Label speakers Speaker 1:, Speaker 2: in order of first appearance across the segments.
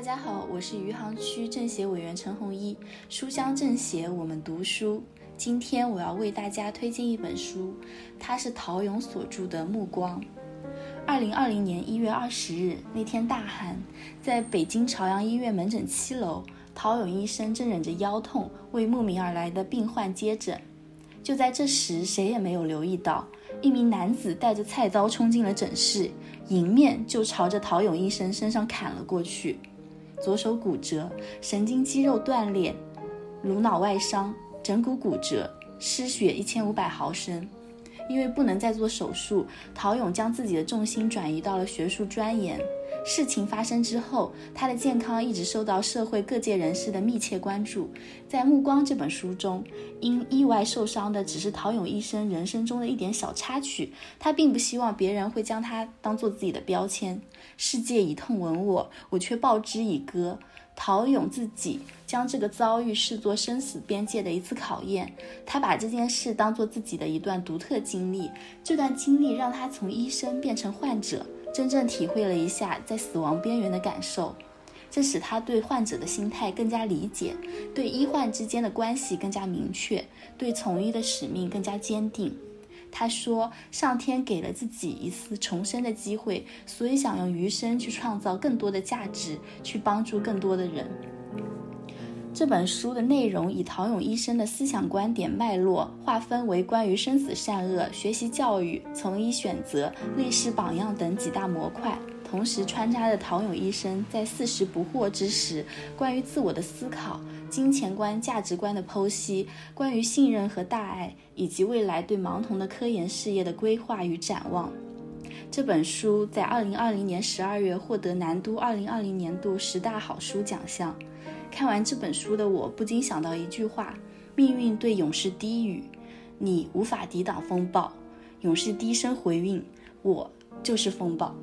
Speaker 1: 大家好，我是余杭区政协委员陈弘一，书香政协我们读书。今天我要为大家推荐一本书，它是陶勇所著的《暮光》。2020年1月20日那天大寒，在北京朝阳医院门诊7楼，陶勇医生正忍着腰痛为慕名而来的病患接诊。就在这时，谁也没有留意到，一名男子带着菜刀冲进了诊室，迎面就朝着陶勇医生身上砍了过去。左手骨折，神经肌肉断裂，颅脑外伤，枕骨骨折，失血1500毫升。因为不能再做手术，陶勇将自己的重心转移到了学术钻研。事情发生之后，他的健康一直受到社会各界人士的密切关注。在《暮光》这本书中，因意外受伤的只是陶勇医生人生中的一点小插曲，他并不希望别人会将他当作自己的标签。世界以痛吻我，我却报之以歌。陶勇自己将这个遭遇视作生死边界的一次考验，他把这件事当作自己的一段独特经历。这段经历让他从医生变成患者，真正体会了一下在死亡边缘的感受，这使他对患者的心态更加理解，对医患之间的关系更加明确，对从医的使命更加坚定。他说，上天给了自己一次重生的机会，所以想用余生去创造更多的价值，去帮助更多的人。这本书的内容以陶勇医生的思想观点脉络划分为关于生死善恶、学习教育、从医选择、历史榜样等几大模块，同时穿插着陶勇医生在40不惑之时关于自我的思考、金钱观、价值观的剖析，关于信任和大爱，以及未来对盲童的科研事业的规划与展望。这本书在2020年12月获得南都2020年度10大好书奖项。看完这本书的我不禁想到一句话：命运对勇士低语，你无法抵挡风暴；勇士低声回应，我就是风暴。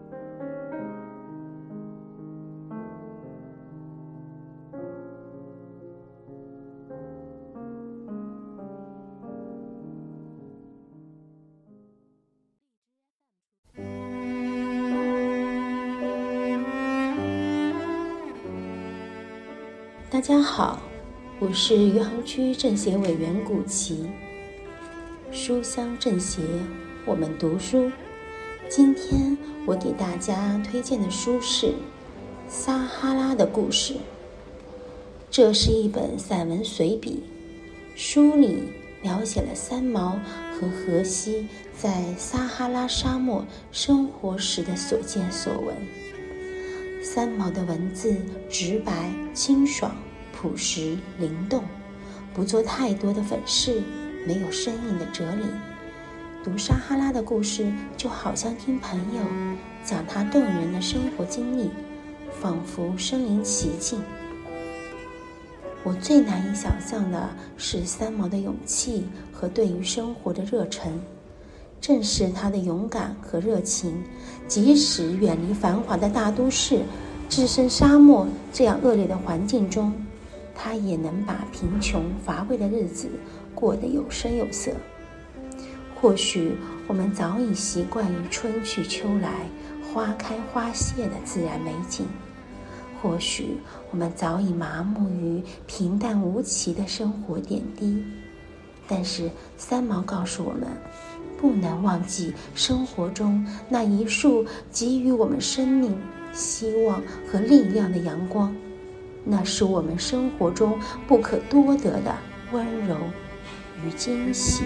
Speaker 2: 大家好，我是余杭区政协委员古奇。书香政协，我们读书。今天我给大家推荐的书是《撒哈拉的故事》。这是一本散文随笔，书里描写了三毛和荷西在撒哈拉沙漠生活时的所见所闻。三毛的文字直白、清爽、朴实、灵动，不做太多的粉饰，没有生硬的哲理。读撒哈拉的故事，就好像听朋友讲他动人的生活经历，仿佛身临其境。我最难以想象的是三毛的勇气和对于生活的热忱。正是他的勇敢和热情，即使远离繁华的大都市，置身沙漠这样恶劣的环境中，他也能把贫穷乏味的日子过得有声有色。或许我们早已习惯于春去秋来、花开花谢的自然美景，或许我们早已麻木于平淡无奇的生活点滴，但是三毛告诉我们，不能忘记生活中那一束给予我们生命、希望和力量的阳光，那是我们生活中不可多得的温柔与惊喜。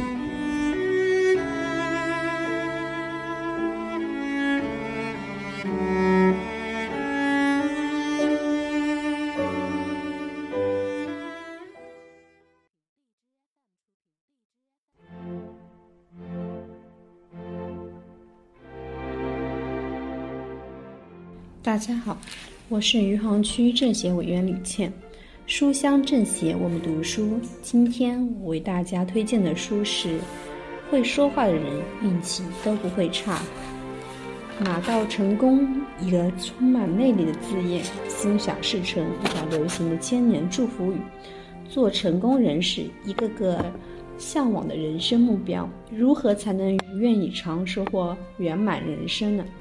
Speaker 3: 大家好，我是余杭区政协委员李倩。书香政协，我们读书。今天我为大家推荐的书是《会说话的人运气都不会差》。马到成功，一个充满魅力的字眼，心想事成，一条流行的千年祝福语。做成功人士，一个个向往的人生目标，如何才能如愿以偿，收获圆满人生呢？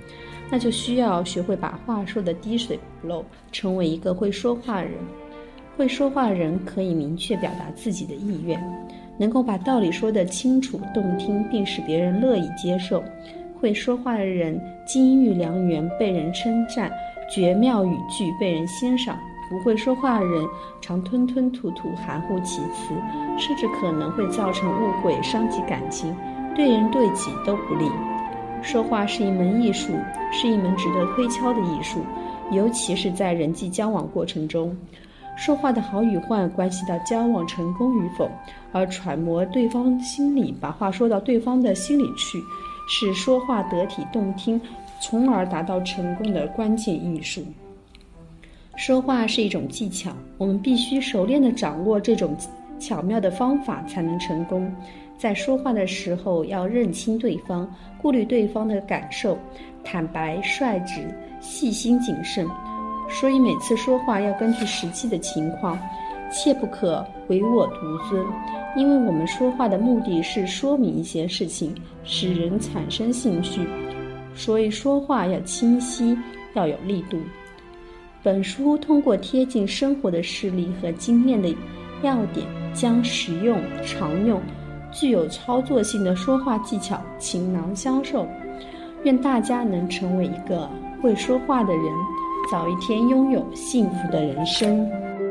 Speaker 3: 那就需要学会把话说得滴水不漏，成为一个会说话人。会说话人可以明确表达自己的意愿，能够把道理说得清楚动听，并使别人乐意接受。会说话的人金玉良缘，被人称赞，绝妙语句被人欣赏。不会说话的人常吞吞吐吐，含糊其辞，甚至可能会造成误会，伤及感情，对人对己都不利。说话是一门艺术，是一门值得推敲的艺术，尤其是在人际交往过程中。说话的好与坏关系到交往成功与否，而揣摩对方心理，把话说到对方的心里去，是说话得体动听，从而达到成功的关键艺术。说话是一种技巧，我们必须熟练地掌握这种巧妙的方法才能成功。在说话的时候要认清对方，顾虑对方的感受，坦白率直，细心谨慎。所以每次说话要根据实际的情况，切不可唯我独尊，因为我们说话的目的是说明一些事情，使人产生兴趣，所以说话要清晰，要有力度。本书通过贴近生活的事例和经验的要点，将实用、常用、具有操作性的说话技巧倾囊相授。愿大家能成为一个会说话的人，早一天拥有幸福的人生。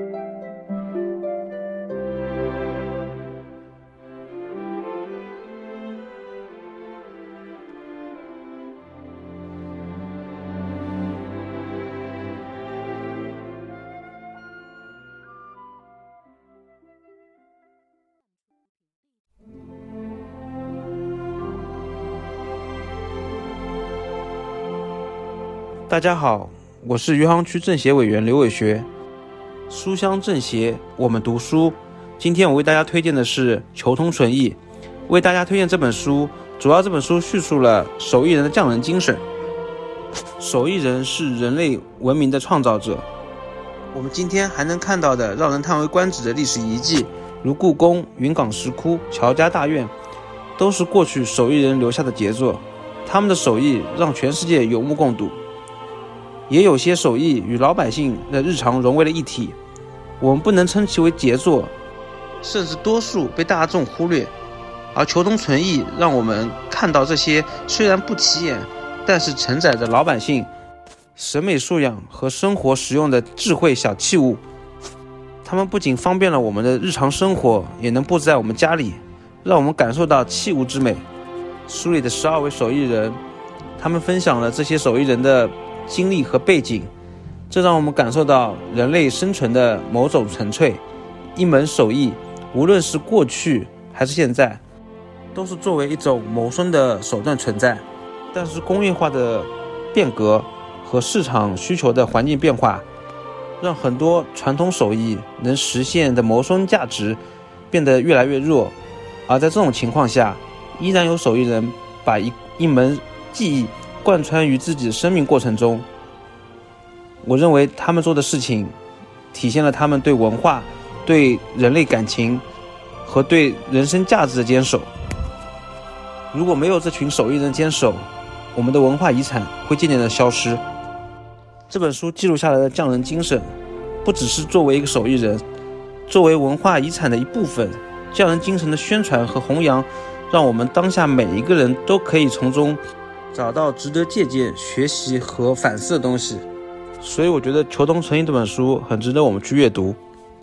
Speaker 4: 大家好，我是余杭区政协委员刘伟学。书香政协，我们读书。今天我为大家推荐的是求同存异。为大家推荐这本书，主要这本书叙述了手艺人的匠人精神。手艺人是人类文明的创造者。我们今天还能看到的让人叹为观止的历史遗迹，如故宫、云冈石窟、乔家大院，都是过去手艺人留下的杰作。他们的手艺让全世界有目共睹。也有些手艺与老百姓的日常融为了一体，我们不能称其为杰作，甚至多数被大众忽略。而求同存异让我们看到这些虽然不起眼，但是承载着老百姓审美素养和生活实用的智慧小器物。它们不仅方便了我们的日常生活，也能布置在我们家里，让我们感受到器物之美。书里的12位手艺人，他们分享了这些手艺人的经历和背景，这让我们感受到人类生存的某种纯粹。一门手艺，无论是过去还是现在，都是作为一种谋生的手段存在。但是工业化的变革和市场需求的环境变化，让很多传统手艺能实现的谋生价值变得越来越弱。而在这种情况下，依然有手艺人把一门技艺贯穿于自己的生命过程中。我认为他们做的事情体现了他们对文化、对人类感情和对人生价值的坚守。如果没有这群手艺人的坚守，我们的文化遗产会渐渐的消失。这本书记录下来的匠人精神，不只是作为一个手艺人，作为文化遗产的一部分，匠人精神的宣传和弘扬，让我们当下每一个人都可以从中找到值得借鉴、学习和反思的东西。所以我觉得《求同存异》这本书很值得我们去阅读。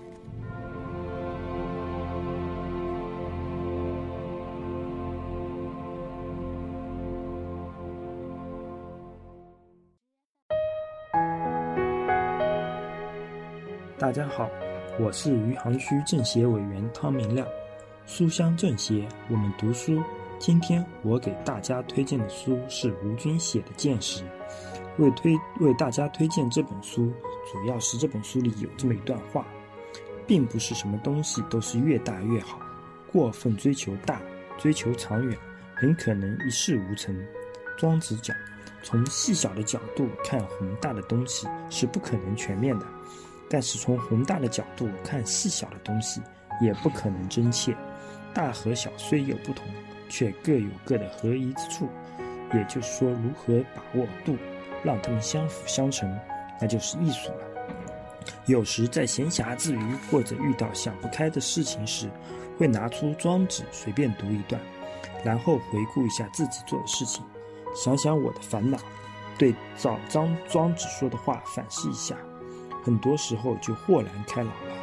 Speaker 5: 大家好，我是余杭区政协委员汤明亮。书香政协，我们读书。今天我给大家推荐的书是吴军写的《见识》。为大家推荐这本书，主要是这本书里有这么一段话：并不是什么东西都是越大越好，过分追求大、追求长远，很可能一事无成。庄子讲，从细小的角度看宏大的东西是不可能全面的，但是从宏大的角度看细小的东西也不可能真切。大和小虽有不同，却各有各的合一之处，也就是说，如何把握度， 让它们相辅相成，那就是艺术了。有时在闲暇之余，或者遇到想不开的事情时，会拿出庄子随便读一段，然后回顾一下自己做的事情，想想我的烦恼，对照庄子说的话反思一下，很多时候就豁然开朗了。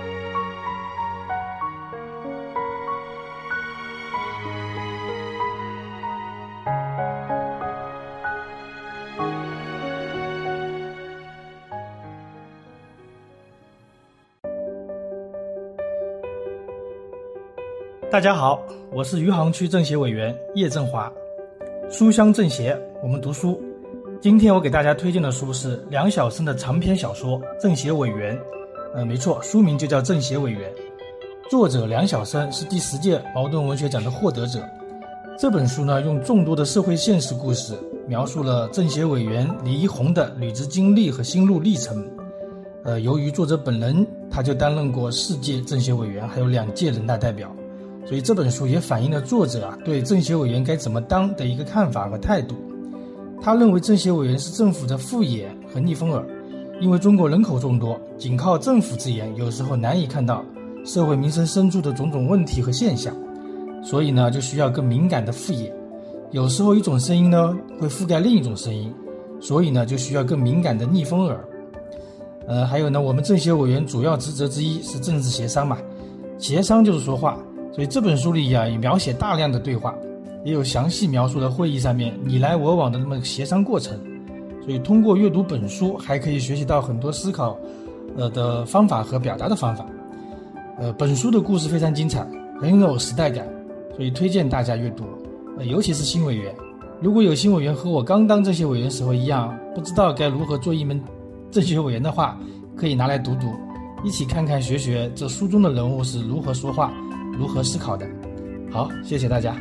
Speaker 6: 大家好，我是余杭区政协委员叶振华。书香政协，我们读书。今天我给大家推荐的书是梁晓声的长篇小说《政协委员》。没错，书名就叫《政协委员》。作者梁晓声是第10届茅盾文学奖的获得者。这本书呢，用众多的社会现实故事，描述了政协委员李一红的履职经历和心路历程。由于作者本人他就担任过4届政协委员，还有2届人大代表。所以这本书也反映了作者对政协委员该怎么当的一个看法和态度。他认为政协委员是政府的副眼和逆风耳，因为中国人口众多，仅靠政府之言有时候难以看到社会民生深处的种种问题和现象，所以呢就需要更敏感的副眼。有时候一种声音呢会覆盖另一种声音，所以呢就需要更敏感的逆风耳。还有呢，我们政协委员主要职责之一是政治协商嘛，协商就是说话。所以这本书里也描写大量的对话，也有详细描述了会议上面你来我往的那么协商过程。所以通过阅读本书，还可以学习到很多思考的方法和表达的方法。本书的故事非常精彩，很有时代感，所以推荐大家阅读。尤其是新委员，如果有新委员和我刚当政协委员时候一样，不知道该如何做一门政协委员的话，可以拿来读读，一起看看学学这书中的人物是如何说话如何思考的。好，谢谢大家。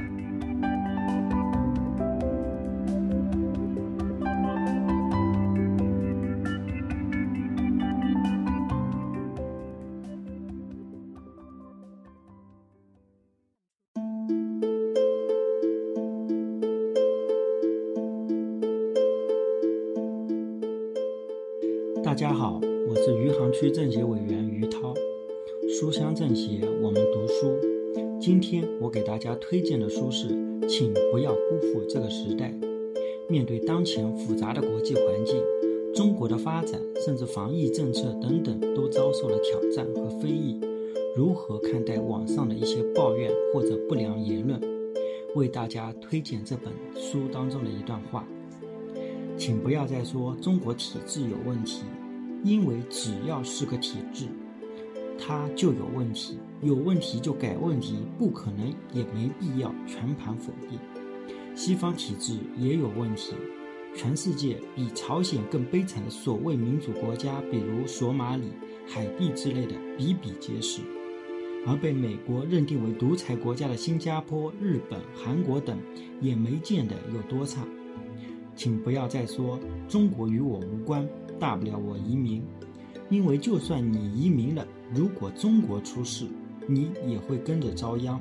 Speaker 7: 大家好，我是余杭区政协委员于涛。书香政协，我们读书。今天我给大家推荐的书是《请不要辜负这个时代》。面对当前复杂的国际环境，中国的发展甚至防疫政策等等都遭受了挑战和非议。如何看待网上的一些抱怨或者不良言论？为大家推荐这本书当中的一段话：请不要再说中国体制有问题，因为只要是个体制，它就有问题，有问题就改问题，不可能也没必要全盘否定。西方体制也有问题，全世界比朝鲜更悲惨的所谓民主国家，比如索马里、海地之类的比比皆是，而被美国认定为独裁国家的新加坡、日本、韩国等也没见得有多差。请不要再说中国与我无关，大不了我移民，因为就算你移民了，如果中国出事，你也会跟着遭殃。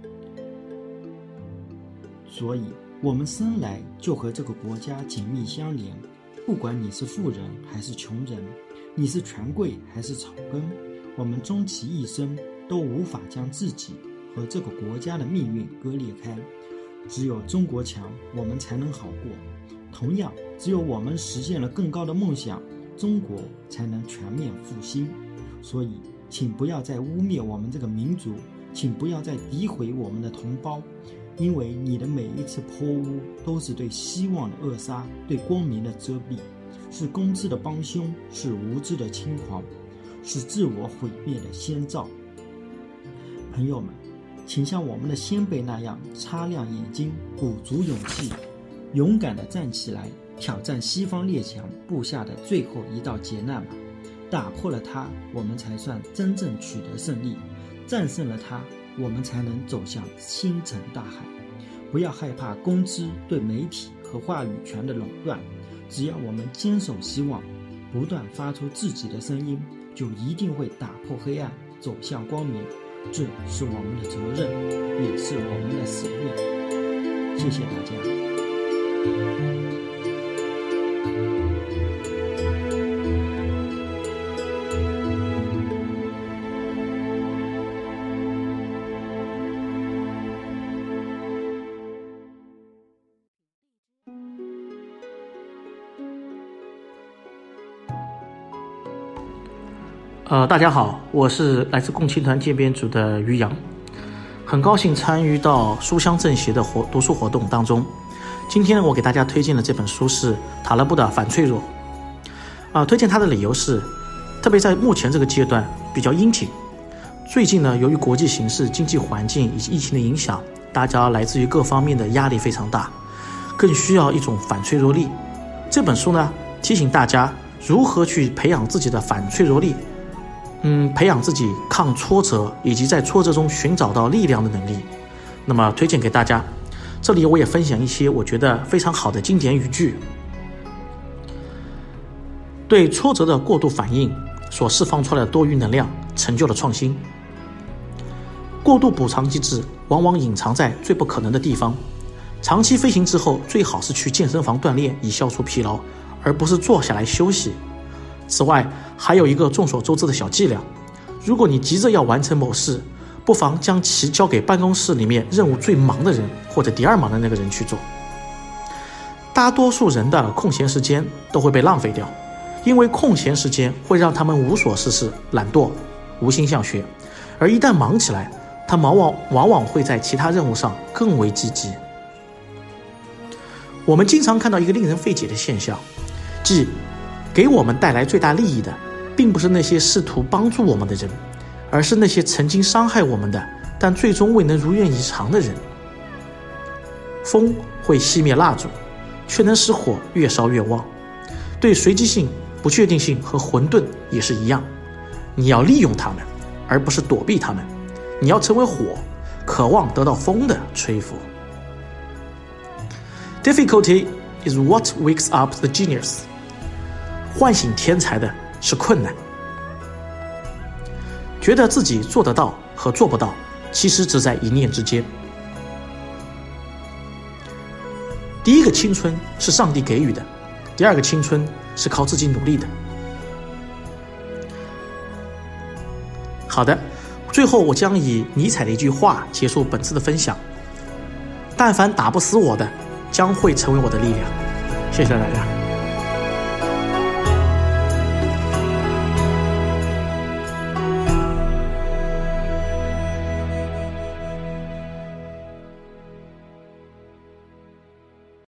Speaker 7: 所以我们生来就和这个国家紧密相连，不管你是富人还是穷人，你是权贵还是草根，我们终其一生都无法将自己和这个国家的命运割裂开。只有中国强，我们才能好过。同样，只有我们实现了更高的梦想，中国才能全面复兴。所以请不要再污蔑我们这个民族，请不要再诋毁我们的同胞，因为你的每一次泼污都是对希望的扼杀，对光明的遮蔽，是公知的帮凶，是无知的轻狂，是自我毁灭的先兆。朋友们，请像我们的先辈那样擦亮眼睛，鼓足勇气，勇敢地站起来，挑战西方列强布下的最后一道劫难吧。打破了它，我们才算真正取得胜利；战胜了它，我们才能走向星辰大海。不要害怕公知对媒体和话语权的垄断，只要我们坚守希望，不断发出自己的声音，就一定会打破黑暗，走向光明。这是我们的责任，也是我们的使命。谢谢大家。
Speaker 8: 大家好，我是来自共青团界编组的于洋，很高兴参与到书香政协的读书活动当中。今天我给大家推荐的这本书是塔勒布的《反脆弱》。推荐它的理由是，特别在目前这个阶段比较应景。最近呢，由于国际形势、经济环境以及疫情的影响，大家来自于各方面的压力非常大，更需要一种反脆弱力。这本书呢，提醒大家如何去培养自己的反脆弱力，培养自己抗挫折以及在挫折中寻找到力量的能力。那么推荐给大家。这里我也分享一些我觉得非常好的经典语句。对挫折的过度反应所释放出来的多余能量，成就了创新。过度补偿机制往往隐藏在最不可能的地方。长期飞行之后，最好是去健身房锻炼以消除疲劳，而不是坐下来休息。此外，还有一个众所周知的小伎俩，如果你急着要完成某事，不妨将其交给办公室里面任务最忙的人或者第二忙的那个人去做。大多数人的空闲时间都会被浪费掉，因为空闲时间会让他们无所事事、懒惰、无心向学，而一旦忙起来，他们往往会在其他任务上更为积极。我们经常看到一个令人费解的现象，即给我们带来最大利益的并不是那些试图帮助我们的人，而是那些曾经伤害我们的但最终未能如愿以偿的人。风会熄灭蜡烛，却能使火越烧越旺。对随机性、不确定性和混沌也是一样，你要利用它们，而不是躲避它们。你要成为火，渴望得到风的吹拂。Difficulty is what wakes up the genius. 唤醒天才的是困难。觉得自己做得到和做不到，其实只在一念之间。第一个青春是上帝给予的，第二个青春是靠自己努力的。好的，最后我将以尼采的一句话结束本次的分享：但凡打不死我的，将会成为我的力量。谢谢大家。